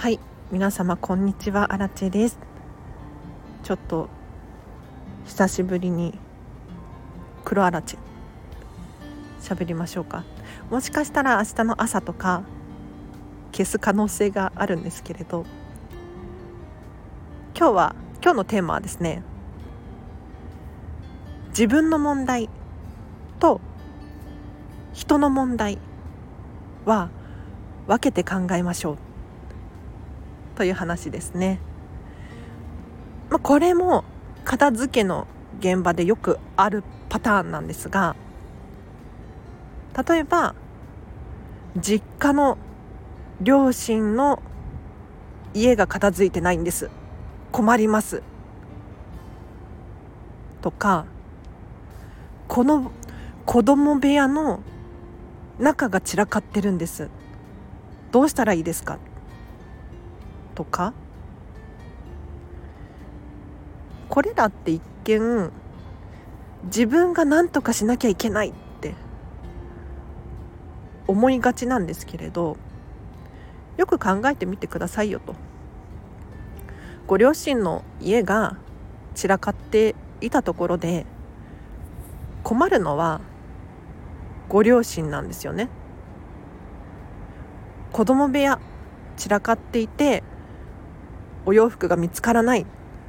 はい、皆様こんにちは、アラチェです。ちょっと久しぶりに黒アラチェ喋りましょうか。もしかしたら明日の朝とか消す可能性があるんですけれど、今日のテーマはですね、自分の問題と人の問題は分けて考えましょうという話ですね。これも片付けの現場でよくあるパターンなんですが、例えば実家の両親の家が片付いてないんです、困りますとか、この子供部屋の中が散らかってるんです、どうしたらいいですかとか、これらって一見自分が何とかしなきゃいけないって思いがちなんですけれど、よく考えてみてくださいよと。ご両親の家が散らかっていたところで困るのはご両親なんですよね。子供部屋散らかっていてお洋服が見つからない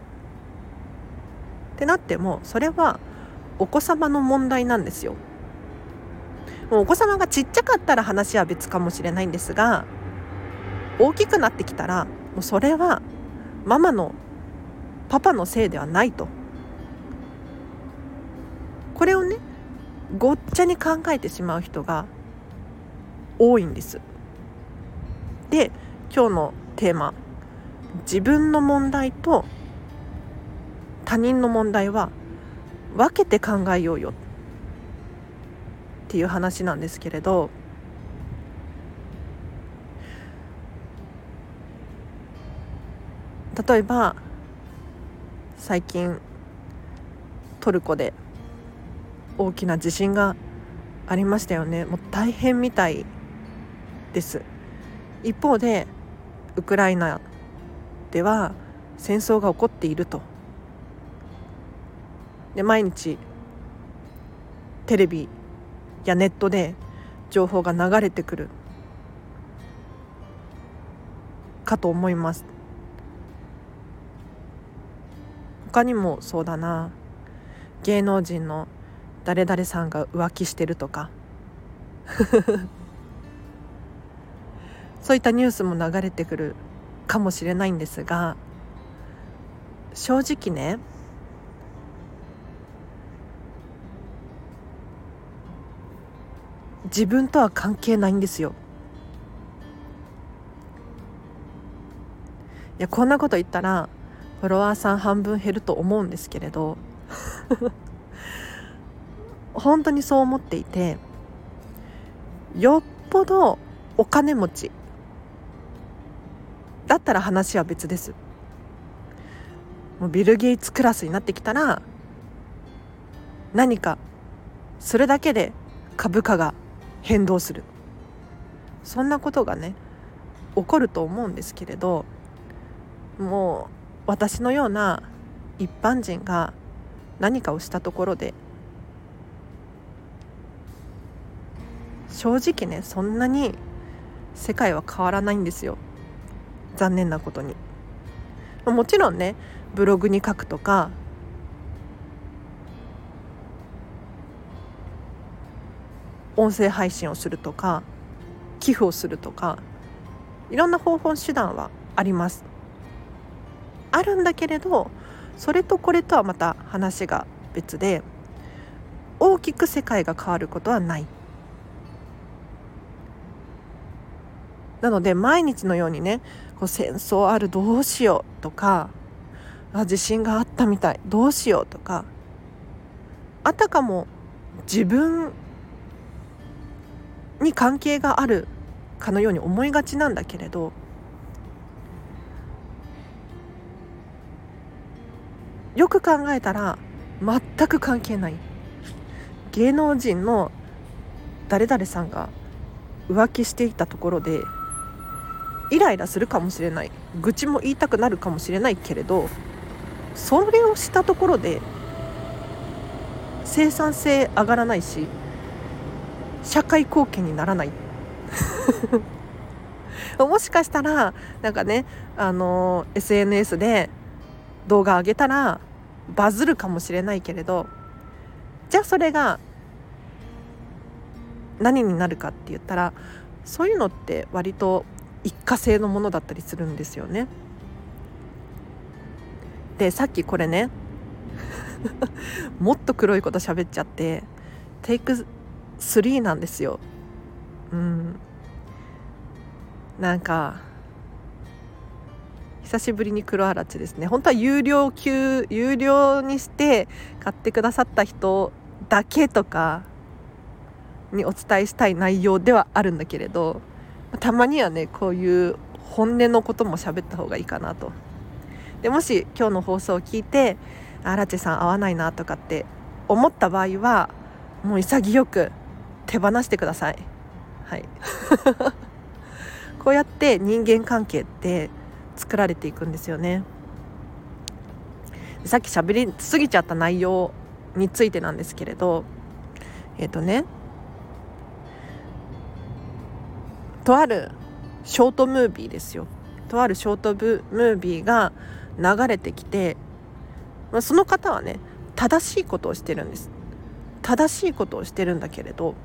ってなっても、それはお子様の問題なんですよ。もうお子様がちっちゃかったら話は別かもしれないんですが、大きくなってきたらもうそれはパパのせいではないと。これをね、ごっちゃに考えてしまう人が多いんです。で、今日のテーマ、自分の問題と他人の問題は分けて考えようよっていう話なんですけれど、例えば最近トルコで大きな地震がありましたよね。もう大変みたいです。一方でウクライナでは戦争が起こっていると。で、毎日テレビやネットで情報が流れてくるかと思います。他にもそうだな、芸能人の誰々さんが浮気してるとかそういったニュースも流れてくるかもしれないんですが、正直ね、自分とは関係ないんですよ。いや、こんなこと言ったらフォロワーさん半分減ると思うんですけれど本当にそう思っていて、よっぽどお金持ちだったら話は別です。もうビル・ゲイツクラスになってきたら何かそれだけで株価が変動する、そんなことがね起こると思うんですけれど、もう私のような一般人が何かをしたところで正直ね、そんなに世界は変わらないんですよ、残念なことに。もちろんね、ブログに書くとか音声配信をするとか寄付をするとか、いろんな方法手段はあります。あるんだけれど、それとこれとはまた話が別で、大きく世界が変わることはない。なので毎日のようにね、戦争ある、どうしようとか、地震があったみたい、どうしようとか、あたかも自分に関係があるかのように思いがちなんだけれど、よく考えたら全く関係ない。芸能人の誰々さんが浮気していたところでイライラするかもしれない、愚痴も言いたくなるかもしれないけれど、それをしたところで生産性上がらないし、社会貢献にならないもしかしたらなんかね、SNS で動画上げたらバズるかもしれないけれど、じゃあそれが何になるかって言ったら、そういうのって割と一過性のものだったりするんですよね。でさっきこれねもっと黒いこと喋っちゃってテイク3なんですよ。なんか久しぶりに黒あらちですね。本当は有料にして買ってくださった人だけとかにお伝えしたい内容ではあるんだけれど、たまにはねこういう本音のことも喋った方がいいかなと。でもし今日の放送を聞いてアラチェさん合わないなとかって思った場合は、もう潔く手放してください。はいこうやって人間関係って作られていくんですよね。さっき喋りすぎちゃった内容についてなんですけれど、とあるショートムービーですよ。とあるショートムービーが流れてきて、その方はね正しいことをしてるんです。正しいことをしてるんだけれど、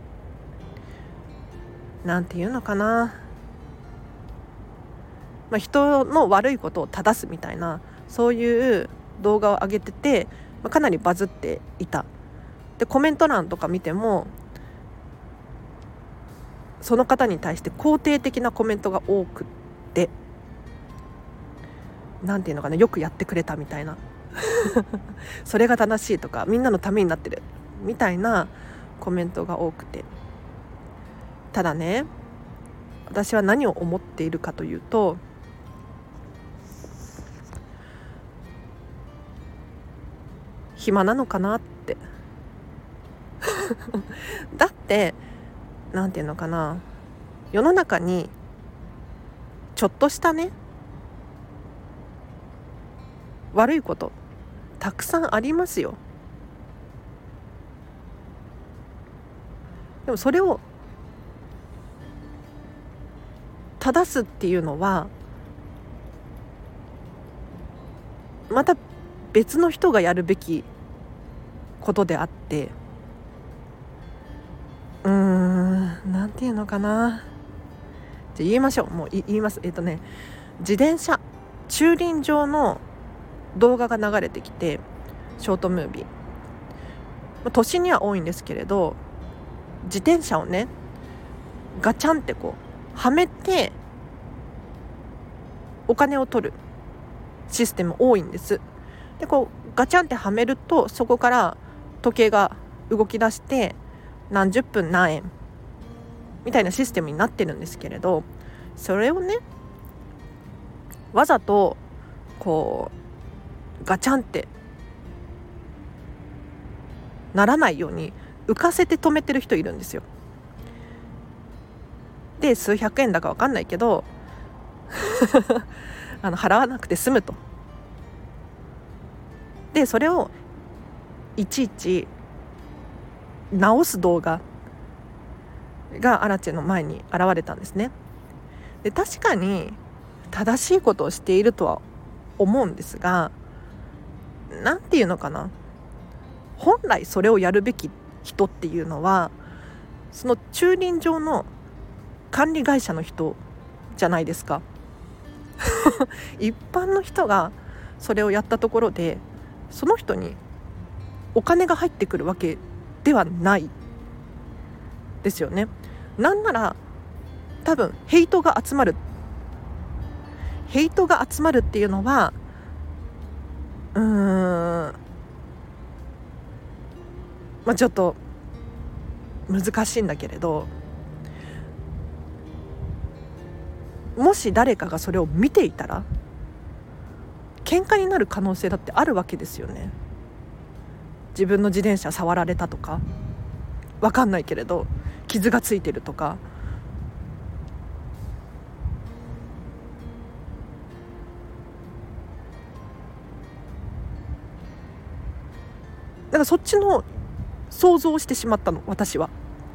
なんていうのかな、人の悪いことを正すみたいな、そういう動画を上げてて、かなりバズっていた。でコメント欄とか見てもその方に対して肯定的なコメントが多くって、なんていうのかな、よくやってくれたみたいなそれが正しいとか、みんなのためになってるみたいなコメントが多くて、ただね、私は何を思っているかというと、暇なのかなってだってなんていうのかな、世の中にちょっとしたね悪いことたくさんありますよ。でもそれを正すっていうのはまた別の人がやるべきことであって、なんていうのかな、じゃ言いましょう。もう言います。自転車駐輪場の動画が流れてきて、ショートムービー、都心には多いんですけれど、自転車をねガチャンってこうはめてお金を取るシステム多いんです。でこうガチャンってはめると、そこから時計が動き出して何十分何円みたいなシステムになってるんですけれど、それをねわざとこうガチャンってならないように浮かせて止めてる人いるんですよ。で数百円だか分かんないけど払わなくて済むと。でそれをいちいち直す動画がアラチェの前に現れたんですね。で確かに正しいことをしているとは思うんですが、なんていうのかな、本来それをやるべき人っていうのはその駐輪場の管理会社の人じゃないですか一般の人がそれをやったところでその人にお金が入ってくるわけではないですよね。なんなら多分ヘイトが集まるっていうのはちょっと難しいんだけれど、もし誰かがそれを見ていたら喧嘩になる可能性だってあるわけですよね。自分の自転車触られたとかわかんないけれど傷がついてるとか、 だからそっちの想像をしてしまったの、私は。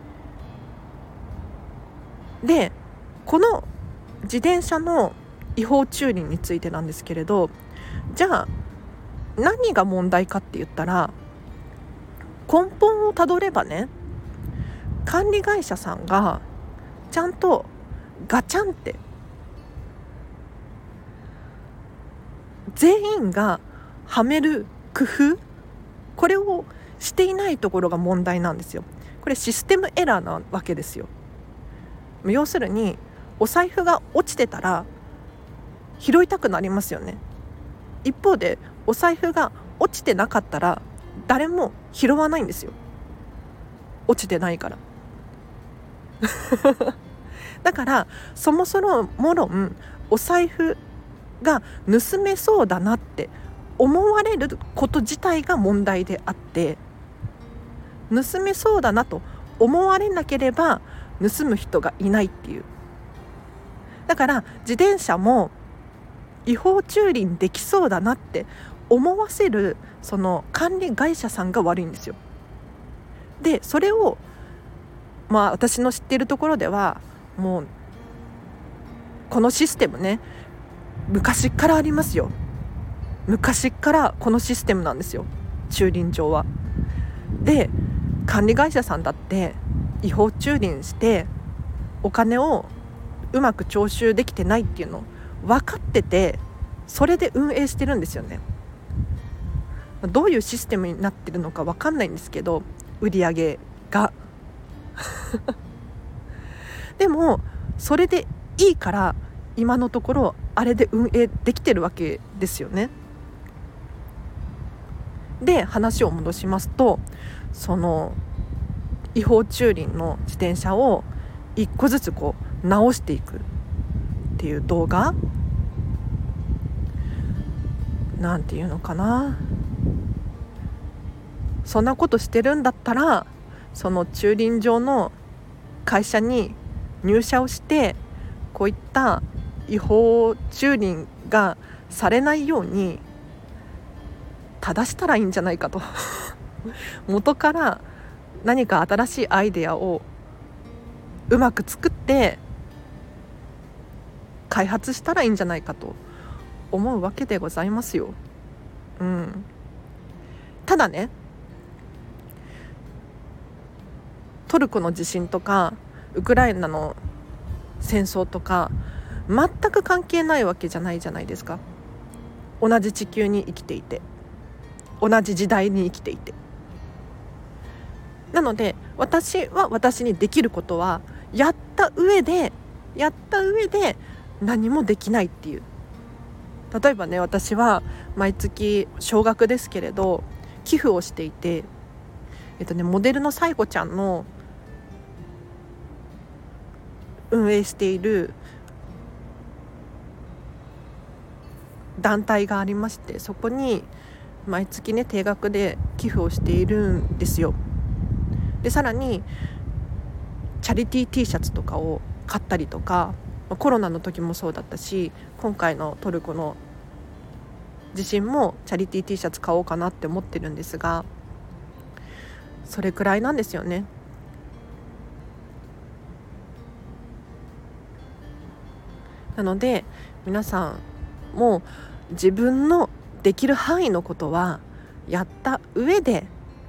でこの自転車の違法駐輪についてなんですけれど、じゃあ何が問題かって言ったら、根本をたどればね、管理会社さんがちゃんとガチャンって全員がはめる工夫、これをしていないところが問題なんですよ。これシステムエラーなわけですよ。要するにお財布が落ちてたら拾いたくなりますよね。一方でお財布が落ちてなかったら誰も拾わないんですよ。落ちてないからだからそもそも論お財布が盗めそうだなって思われること自体が問題であって、盗めそうだなと思われなければ盗む人がいないっていう。だから自転車も違法駐輪できそうだなって思わせるその管理会社さんが悪いんですよ。でそれを私の知っているところではもうこのシステムね、昔からありますよ。昔からこのシステムなんですよ、駐輪場は。で管理会社さんだって違法駐輪してお金をうまく徴収できてないっていうの分かってて、それで運営してるんですよね。どういうシステムになってるのか分かんないんですけど、売り上げがでもそれでいいから今のところあれで運営できてるわけですよね。で話を戻しますと、その違法駐輪の自転車を一個ずつ直していくっていう動画、なんていうのかな、そんなことしてるんだったらその駐輪場の会社に入社をして、こういった違法駐輪がされないように正したらいいんじゃないかと元から何か新しいアイデアをうまく作って開発したらいいんじゃないかと思うわけでございますよ。ただね、トルコの地震とかウクライナの戦争とか全く関係ないわけじゃないじゃないですか。同じ地球に生きていて、同じ時代に生きていて、なので私は私にできることはやった上で何もできないっていう。例えばね、私は毎月少額ですけれど寄付をしていて、モデルのサイコちゃんの運営している団体がありまして、そこに毎月ね定額で寄付をしているんですよ。でさらにチャリティー T シャツとかを買ったりとか、コロナの時もそうだったし、今回のトルコの地震もチャリティー T シャツ買おうかなって思ってるんですが、それくらいなんですよね。なので皆さんも自分のできる範囲のことはやった上で、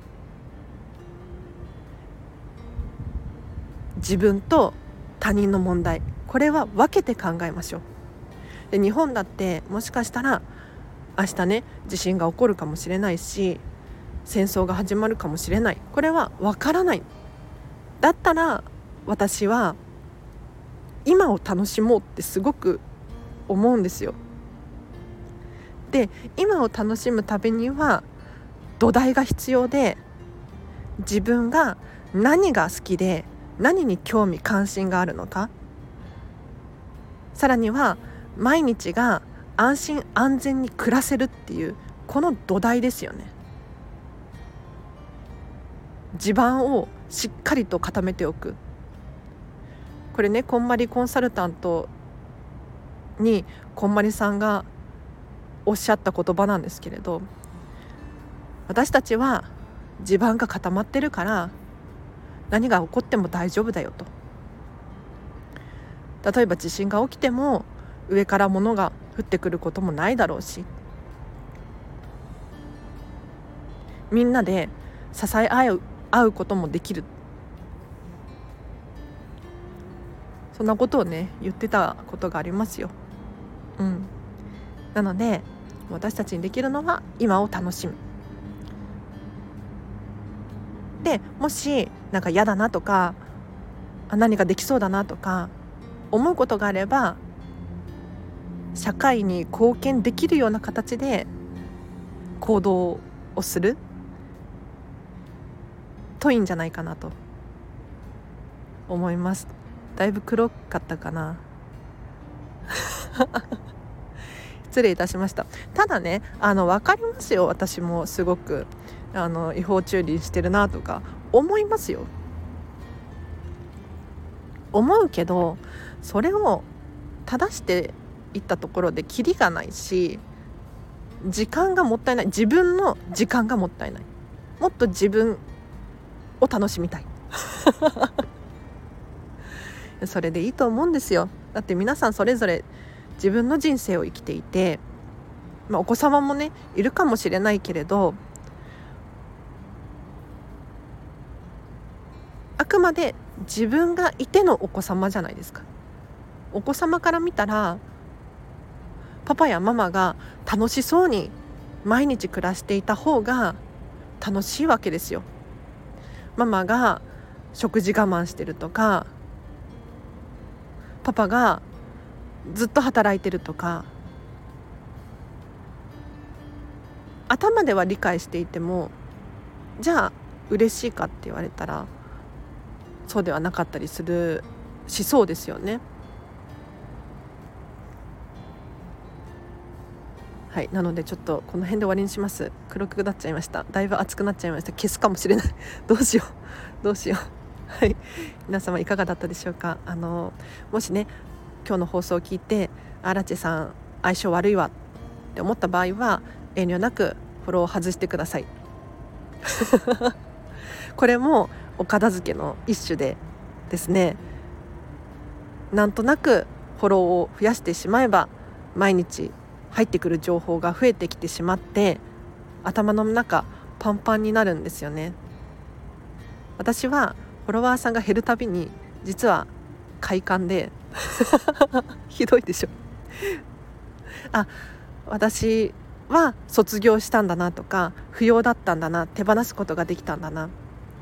自分と他人の問題、これは分けて考えましょう。で日本だってもしかしたら明日ね地震が起こるかもしれないし、戦争が始まるかもしれない、これは分からない。だったら私は今を楽しもうってすごく思うんですよ。で今を楽しむためには土台が必要で、自分が何が好きで何に興味関心があるのか、さらには毎日が安心安全に暮らせるっていうこの土台ですよね。地盤をしっかりと固めておく。これね、こんまりコンサルタントにこんまりさんがおっしゃった言葉なんですけれど、私たちは地盤が固まってるから何が起こっても大丈夫だよと。例えば地震が起きても上から物が降ってくることもないだろうし、みんなで支え合うこともできる、そんなことをね言ってたことがありますよ。なので私たちにできるのは今を楽しむ。でもしなんか嫌だなとか何かできそうだなとか思うことがあれば、社会に貢献できるような形で行動をするといいんじゃないかなと思います。だいぶ黒かったかな失礼いたしました。ただね分かりますよ。私もすごく違法駐輪してるなとか思いますよ。思うけどそれを正していったところでキリがないし、時間がもったいない。自分の時間がもったいない。もっと自分を楽しみたいそれでいいと思うんですよ。だって皆さんそれぞれ自分の人生を生きていて、お子様もねいるかもしれないけれど、あくまで自分がいてのお子様じゃないですか。お子様から見たらパパやママが楽しそうに毎日暮らしていた方が楽しいわけですよ。ママが食事我慢してるとか、パパがずっと働いてるとか、頭では理解していてもじゃあ嬉しいかって言われたらそうではなかったりするしそうですよね。はい、なのでちょっとこの辺で終わりにします。黒くなっちゃいました。だいぶ熱くなっちゃいました。消すかもしれないどうしようはい、皆様いかがだったでしょうか。もしね今日の放送を聞いてアラチェさん相性悪いわって思った場合は遠慮なくフォローを外してくださいこれもお片付けの一種でですね、なんとなくフォローを増やしてしまえば毎日入ってくる情報が増えてきてしまって頭の中パンパンになるんですよね。私はフォロワーさんが減るたびに実は快感でひどいでしょ私は卒業したんだなとか不要だったんだな、手放すことができたんだな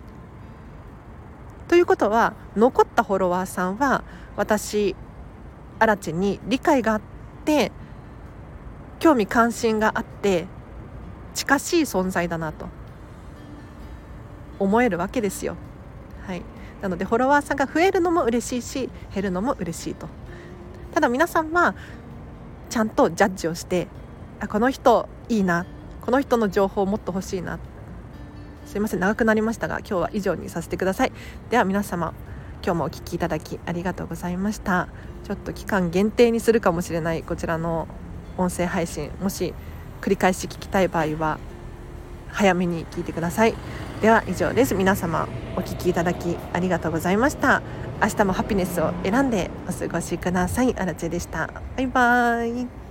ということは、残ったフォロワーさんは私アラチェに理解があって興味関心があって近しい存在だなと思えるわけですよ。はい、なのでフォロワーさんが増えるのも嬉しいし減るのも嬉しいと。ただ皆さんはちゃんとジャッジをして、この人いいな、この人の情報をもっと欲しいな。すいません長くなりましたが今日は以上にさせてください。では皆様今日もお聞きいただきありがとうございました。ちょっと期間限定にするかもしれないこちらの音声配信、もし繰り返し聞きたい場合は早めに聞いてください。では以上です。皆様お聞きいただきありがとうございました。明日もハピネスを選んでお過ごしください。アラチェでした。バイバイ。